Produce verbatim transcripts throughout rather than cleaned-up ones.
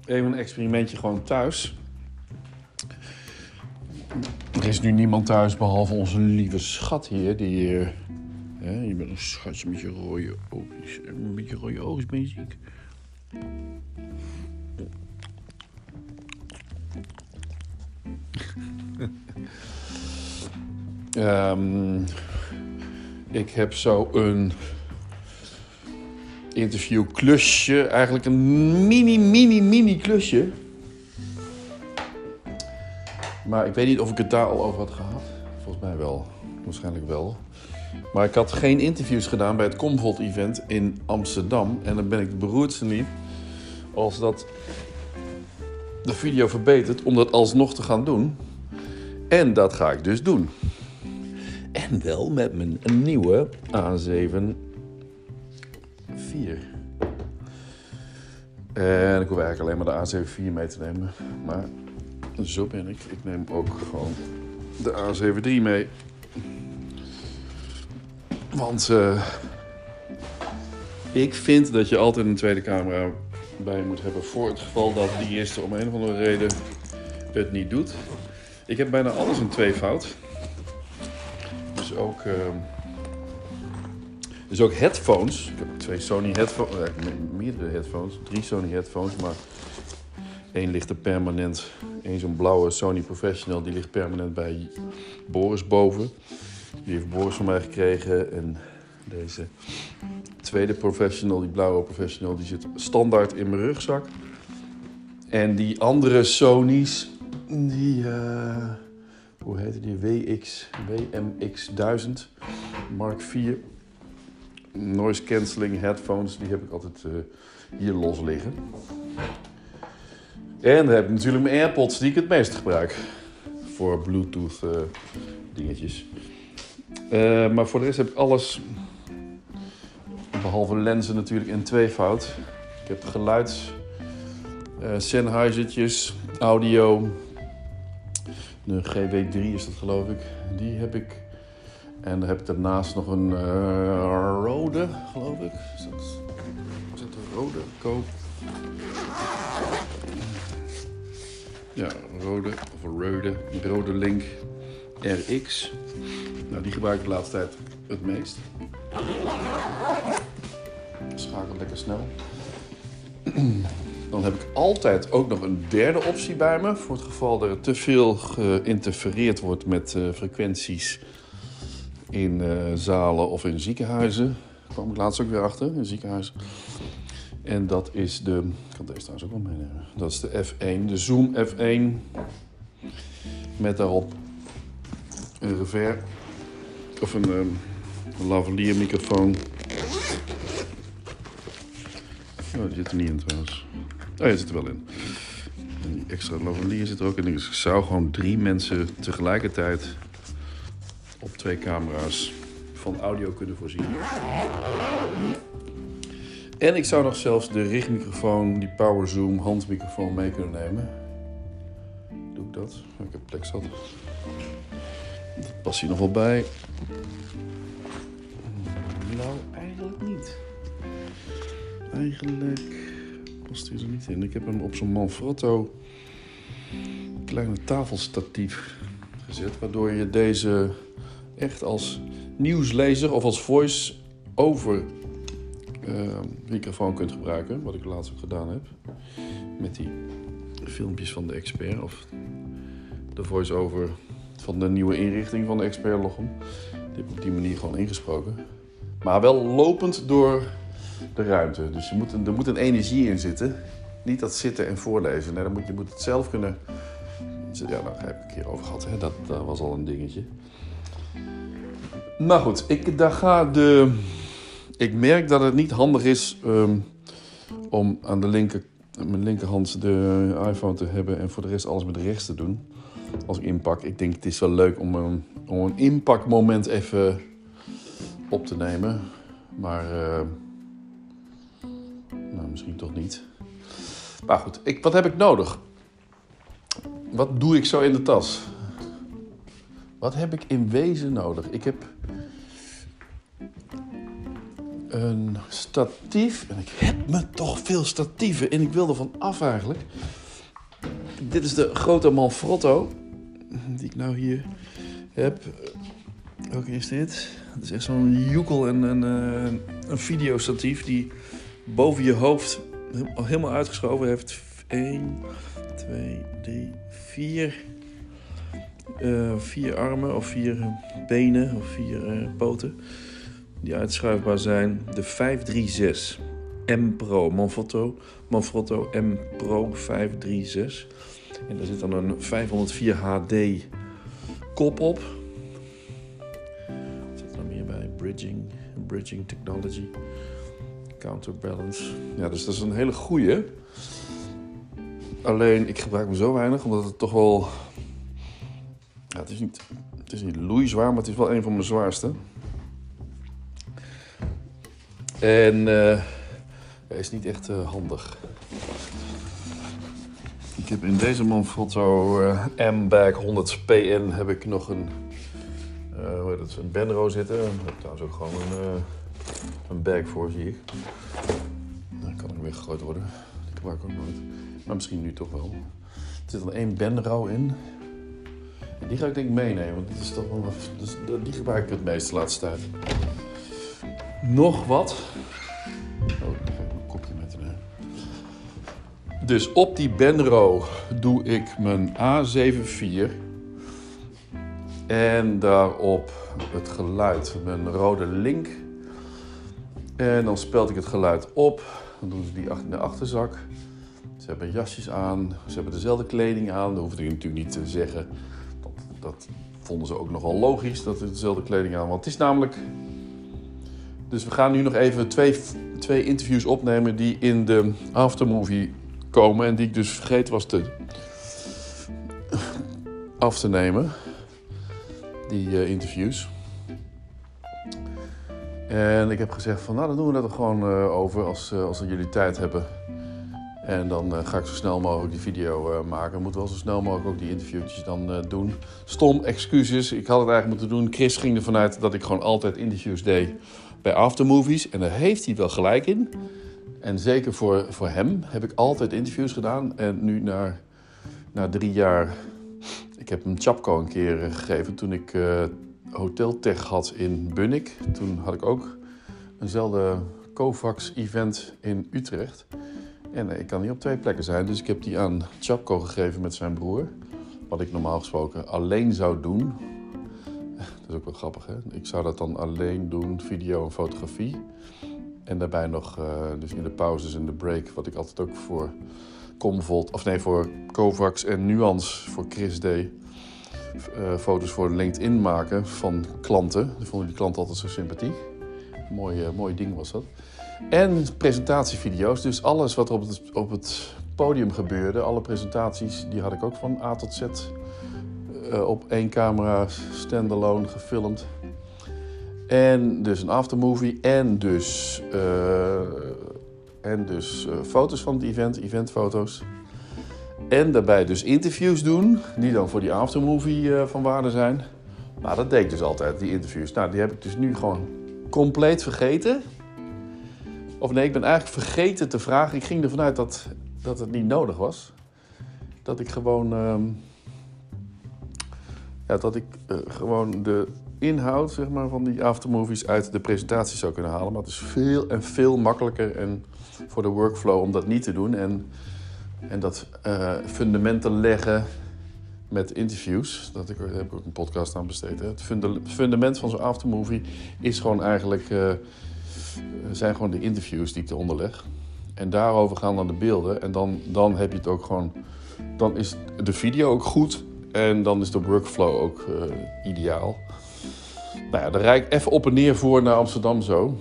even een experimentje gewoon thuis. Er is nu niemand thuis behalve onze lieve schat hier. Die, uh, hè, je bent een schatje met je rode oogjes. Met je rode oogjes ben je ziek. um, ik heb zo een interviewklusje. Eigenlijk een mini, mini, mini klusje. Maar ik weet niet of ik het daar al over had gehad. Volgens mij wel. Waarschijnlijk wel. Maar ik had geen interviews gedaan bij het Comvolt-event in Amsterdam. En dan ben ik de beroerdste niet. Als dat de video verbetert om dat alsnog te gaan doen. En dat ga ik dus doen. En wel met mijn nieuwe A zeven vier. En ik hoef eigenlijk alleen maar de A zeven vier mee te nemen. Maar zo ben ik. Ik neem ook gewoon de A zeven drie mee. Want uh, ik vind dat je altijd een tweede camera bij moet hebben. Voor het geval dat die eerste om een of andere reden het niet doet. Ik heb bijna alles in tweevoud. Dus ook, uh, dus ook headphones. Ik heb twee Sony headphones. Uh, meerdere headphones. Drie Sony headphones. Maar één ligt er permanent. Eén zo'n blauwe Sony Professional. Die ligt permanent bij Boris boven. Die heeft Boris van mij gekregen. En deze tweede Professional, die blauwe Professional, die zit standaard in mijn rugzak. En die andere Sony's, die, uh, hoe heette die? W X, W M X duizend, Mark vier. Noise cancelling headphones, die heb ik altijd uh, hier los liggen. En dan heb ik natuurlijk mijn AirPods, die ik het meest gebruik. Voor Bluetooth uh, dingetjes. Uh, maar voor de rest heb ik alles, behalve lenzen natuurlijk, in tweevoud. Ik heb geluids, uh, Sennheisertjes, audio. De G W drie is dat, geloof ik. Die heb ik. En dan heb ik daarnaast nog een uh, rode, geloof ik. Is dat, is dat een rode? Koop. Ja, een rode of een rode, een rode Link R X. Nou, die gebruik ik de laatste tijd het meest. Schakel lekker snel. Dan heb ik altijd ook nog een derde optie bij me. Voor het geval er te veel geïnterfereerd wordt met uh, frequenties in uh, zalen of in ziekenhuizen. Daar kwam ik laatst ook weer achter, in ziekenhuizen. En dat is de... Ik kan deze trouwens ook wel meenemen. Dat is de F één, de Zoom F één. Met daarop een reverb. Of een, um, een lavalier microfoon. Oh, die zit er niet in trouwens. Oh, die zit er wel in. En die extra lavalier zit er ook in. Dus ik zou gewoon drie mensen tegelijkertijd op twee camera's van audio kunnen voorzien. En ik zou nog zelfs de richtmicrofoon, die Power Zoom handmicrofoon mee kunnen nemen. Doe ik dat? Ik heb plek zat. Dat past hier nog wel bij. Nou, eigenlijk niet. Eigenlijk past hij er niet in. Ik heb hem op zo'n Manfrotto kleine tafelstatief gezet. Waardoor je deze echt als nieuwslezer of als voice-over uh, microfoon kunt gebruiken. Wat ik laatst ook gedaan heb. Met die filmpjes van de Expert. Of de voice-over van de nieuwe inrichting van de Expert Lochem. Die heb ik op die manier gewoon ingesproken. Maar wel lopend door de ruimte. Dus je moet een, er moet een energie in zitten. Niet dat zitten en voorlezen. Nee, dan moet, je moet het zelf kunnen... Ja, daar heb ik een keer over gehad. Hè. Dat, dat was al een dingetje. Maar goed, ik, daar ga de... ik merk dat het niet handig is um, om aan de linker, mijn linkerhand de iPhone te hebben en voor de rest alles met rechts te doen. Als ik inpak. Ik denk het is wel leuk om een, om een inpakmoment even op te nemen. Maar uh, nou, misschien toch niet. Maar goed, ik, wat heb ik nodig? Wat doe ik zo in de tas? Wat heb ik in wezen nodig? Ik heb een statief. En ik heb me toch veel statieven en ik wil er van af eigenlijk. Dit is de grote Manfrotto die ik nou hier heb. Welke is dit? Het is echt zo'n joekel en een, een videostatief die boven je hoofd helemaal uitgeschoven heeft. één, twee, drie, vier... Uh, vier armen of vier benen of vier uh, poten die uitschuifbaar zijn. De vijf drie zes M Pro Manfrotto, Manfrotto M Pro vijf drie zes. En daar zit dan een vijfhonderdvier H D kop op. Wat zit er nog meer bij? Bridging, bridging technology, counterbalance. Ja, dus dat is een hele goeie. Alleen ik gebruik hem zo weinig omdat het toch wel. Ja, het is niet, het is niet loeizwaar, maar het is wel een van mijn zwaarste. En uh, hij is niet echt uh, handig. Ik heb in deze Manfrotto uh, M-Bag honderd P N heb ik nog een, uh, hoe heet het, een Benro zitten. Daar heb ik trouwens ook gewoon een, uh, een bag voor, zie ik. Dan kan ik weer gegooid worden. Die gebruik ik ook nooit. Maar misschien nu toch wel. Er zit er één Benro in. Die ga ik denk ik meenemen, want dit is toch wel, dus die gebruik ik het meest de laatste tijd. Nog wat. Oh, ik ga even een kopje met erin. Dus op die Benro doe ik mijn A zeven vier. En daarop het geluid, mijn rode link. En dan speld ik het geluid op. Dan doen ze die in de achterzak. Ze hebben jasjes aan, ze hebben dezelfde kleding aan. Dat hoef ik natuurlijk niet te zeggen. Dat vonden ze ook nogal logisch, dat ze dezelfde kleding aan. Want het is namelijk. Dus we gaan nu nog even twee, twee interviews opnemen die in de aftermovie komen. En die ik dus vergeten was te af te nemen. Die uh, interviews. En ik heb gezegd van nou dan doen we dat er gewoon uh, over als, uh, als jullie tijd hebben. En dan uh, ga ik zo snel mogelijk die video uh, maken. Ik moet wel zo snel mogelijk ook die interviewtjes dan uh, doen. Stom, excuses. Ik had het eigenlijk moeten doen. Chris ging ervan uit dat ik gewoon altijd interviews deed bij aftermovies. En daar heeft hij wel gelijk in. En zeker voor, voor hem heb ik altijd interviews gedaan. En nu na, na drie jaar... Ik heb hem Chapco een keer uh, gegeven toen ik uh, hoteltech had in Bunnik. Toen had ik ook eenzelfde Kovacs-event in Utrecht. En ik kan niet op twee plekken zijn, dus ik heb die aan Chapco gegeven met zijn broer. Wat ik normaal gesproken alleen zou doen. Dat is ook wel grappig, hè? Ik zou dat dan alleen doen, video en fotografie. En daarbij nog, uh, dus in de pauzes en de break, wat ik altijd ook voor Comvolt, of nee, voor Kovacs en Nuance voor Chris deed. Uh, foto's voor LinkedIn maken van klanten. Dat vonden die klanten altijd zo sympathiek. Mooi, uh, mooi ding was dat. En presentatievideo's, dus alles wat er op het, op het podium gebeurde, alle presentaties, die had ik ook van A tot Z uh, op één camera standalone gefilmd. En dus een aftermovie en dus, uh, en dus uh, foto's van het event, eventfoto's. En daarbij dus interviews doen, die dan voor die aftermovie uh, van waarde zijn. Nou, dat deed ik dus altijd, die interviews. Nou, die heb ik dus nu gewoon compleet vergeten. Of nee, ik ben eigenlijk vergeten te vragen. Ik ging ervan uit dat, dat het niet nodig was. Dat ik gewoon... Uh, ja, dat ik uh, gewoon de inhoud, zeg maar, van die aftermovies uit de presentatie zou kunnen halen. Maar het is veel en veel makkelijker en voor de workflow om dat niet te doen. En, en dat uh, fundamenten leggen met interviews. Dat ik, daar heb ik ook een podcast aan besteed. Hè. Het funda- fundament van zo'n aftermovie is gewoon eigenlijk... Uh, zijn gewoon de interviews die ik eronder leg. En daarover gaan dan de beelden. En dan, dan heb je het ook gewoon... Dan is de video ook goed. En dan is de workflow ook uh, ideaal. Nou ja, daar rijd ik even op en neer voor naar Amsterdam zo.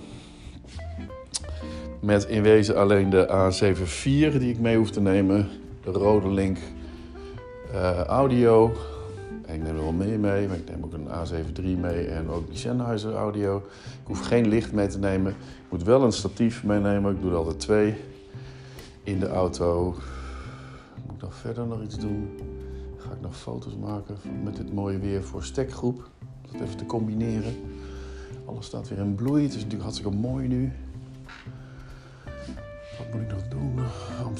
Met in wezen alleen de A zeven vier die ik mee hoef te nemen. De rode link uh, audio. En ik neem er wel meer mee, maar ik neem ook een A zeven drie mee en ook die Sennheiser audio. Ik hoef geen licht mee te nemen. Ik moet wel een statief meenemen. Ik doe er altijd twee in de auto. Moet ik nog verder nog iets doen? Ga ik nog foto's maken met dit mooie weer voor Stekgroep. Om dat even te combineren. Alles staat weer in bloei. Het is natuurlijk hartstikke mooi nu.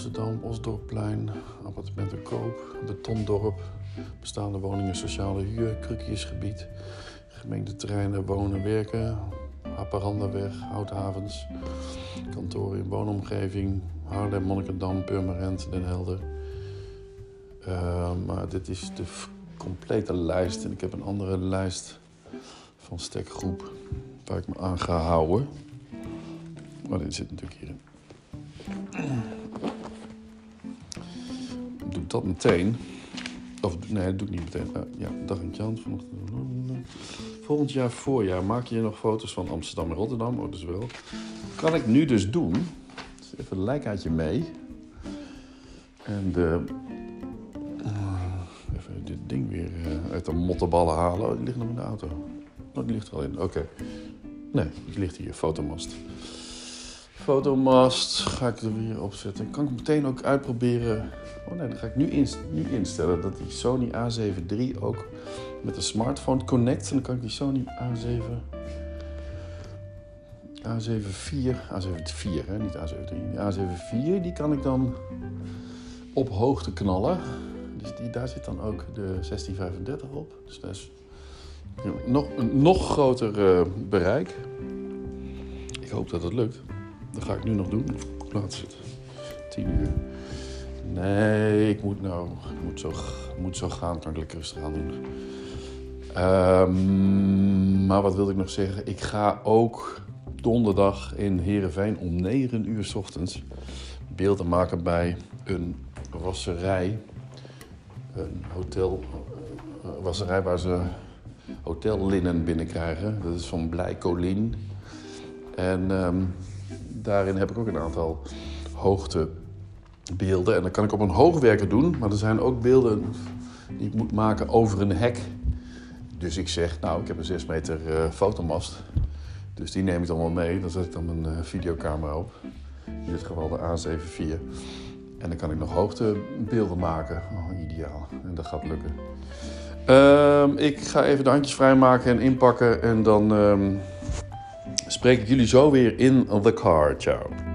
Amsterdam, Osdorpplein, appartementen koop, Betondorp, bestaande woningen, sociale huur, Krukjesgebied, gemeenteterreinen, wonen, werken, Haparandaweg, Houthavens, kantoren in woonomgeving, Haarlem, Monnikendam, Purmerend, Den Helder. Uh, maar dit is de f- complete lijst en ik heb een andere lijst van Stekgroep waar ik me aan ga houden. Maar dit zit natuurlijk hierin. Doe ik dat meteen. Of nee, dat doe ik niet meteen. Uh, ja, dag en Jan. Volgend jaar voorjaar maak je nog foto's van Amsterdam en Rotterdam. Oh, dat is wel. Kan ik nu dus doen. Dus even een lijkaartje mee. En de... Uh, even dit ding weer uh, uit de mottenballen halen. Oh, die ligt nog in de auto. Oh, die ligt er al in. Oké. Okay. Nee, die ligt hier. Fotomast. Fotomast ga ik er weer opzetten. Kan ik meteen ook uitproberen. Oh nee, dan ga ik nu, inst- nu instellen dat die Sony A zeven drie ook met de smartphone connect. En dan kan ik die Sony A zeven... A zeven vier... A zeven vier, hè? Niet A zeven drie. Die A zeven vier, die kan ik dan op hoogte knallen. Dus die, daar zit dan ook de zestien vijfendertig op. Dus dat is nog, een nog groter uh, bereik. Ik hoop dat het lukt. Dat ga ik nu nog doen. Plaats het. tien uur. Nee, ik moet nou... Ik moet zo, moet zo gaan. Kan ik lekker rustig aan doen. Um, maar wat wilde ik nog zeggen? Ik ga ook donderdag in Heerenveen om negen uur 's ochtends beelden maken bij een wasserij. Een hotel... Een wasserij waar ze hotellinnen binnenkrijgen. Dat is van Blij Colin. En um, daarin heb ik ook een aantal hoogtebeelden. En dan kan ik op een hoogwerker doen. Maar er zijn ook beelden die ik moet maken over een hek. Dus ik zeg, nou, ik heb een zes meter uh, fotomast. Dus die neem ik dan wel mee. Dan zet ik dan mijn uh, videocamera op. In dit geval de A zeven vier. En dan kan ik nog hoogtebeelden maken. Oh, ideaal. En dat gaat lukken. Uh, ik ga even de handjes vrijmaken en inpakken. En dan... Um, spreek ik jullie zo weer in the car. Ciao.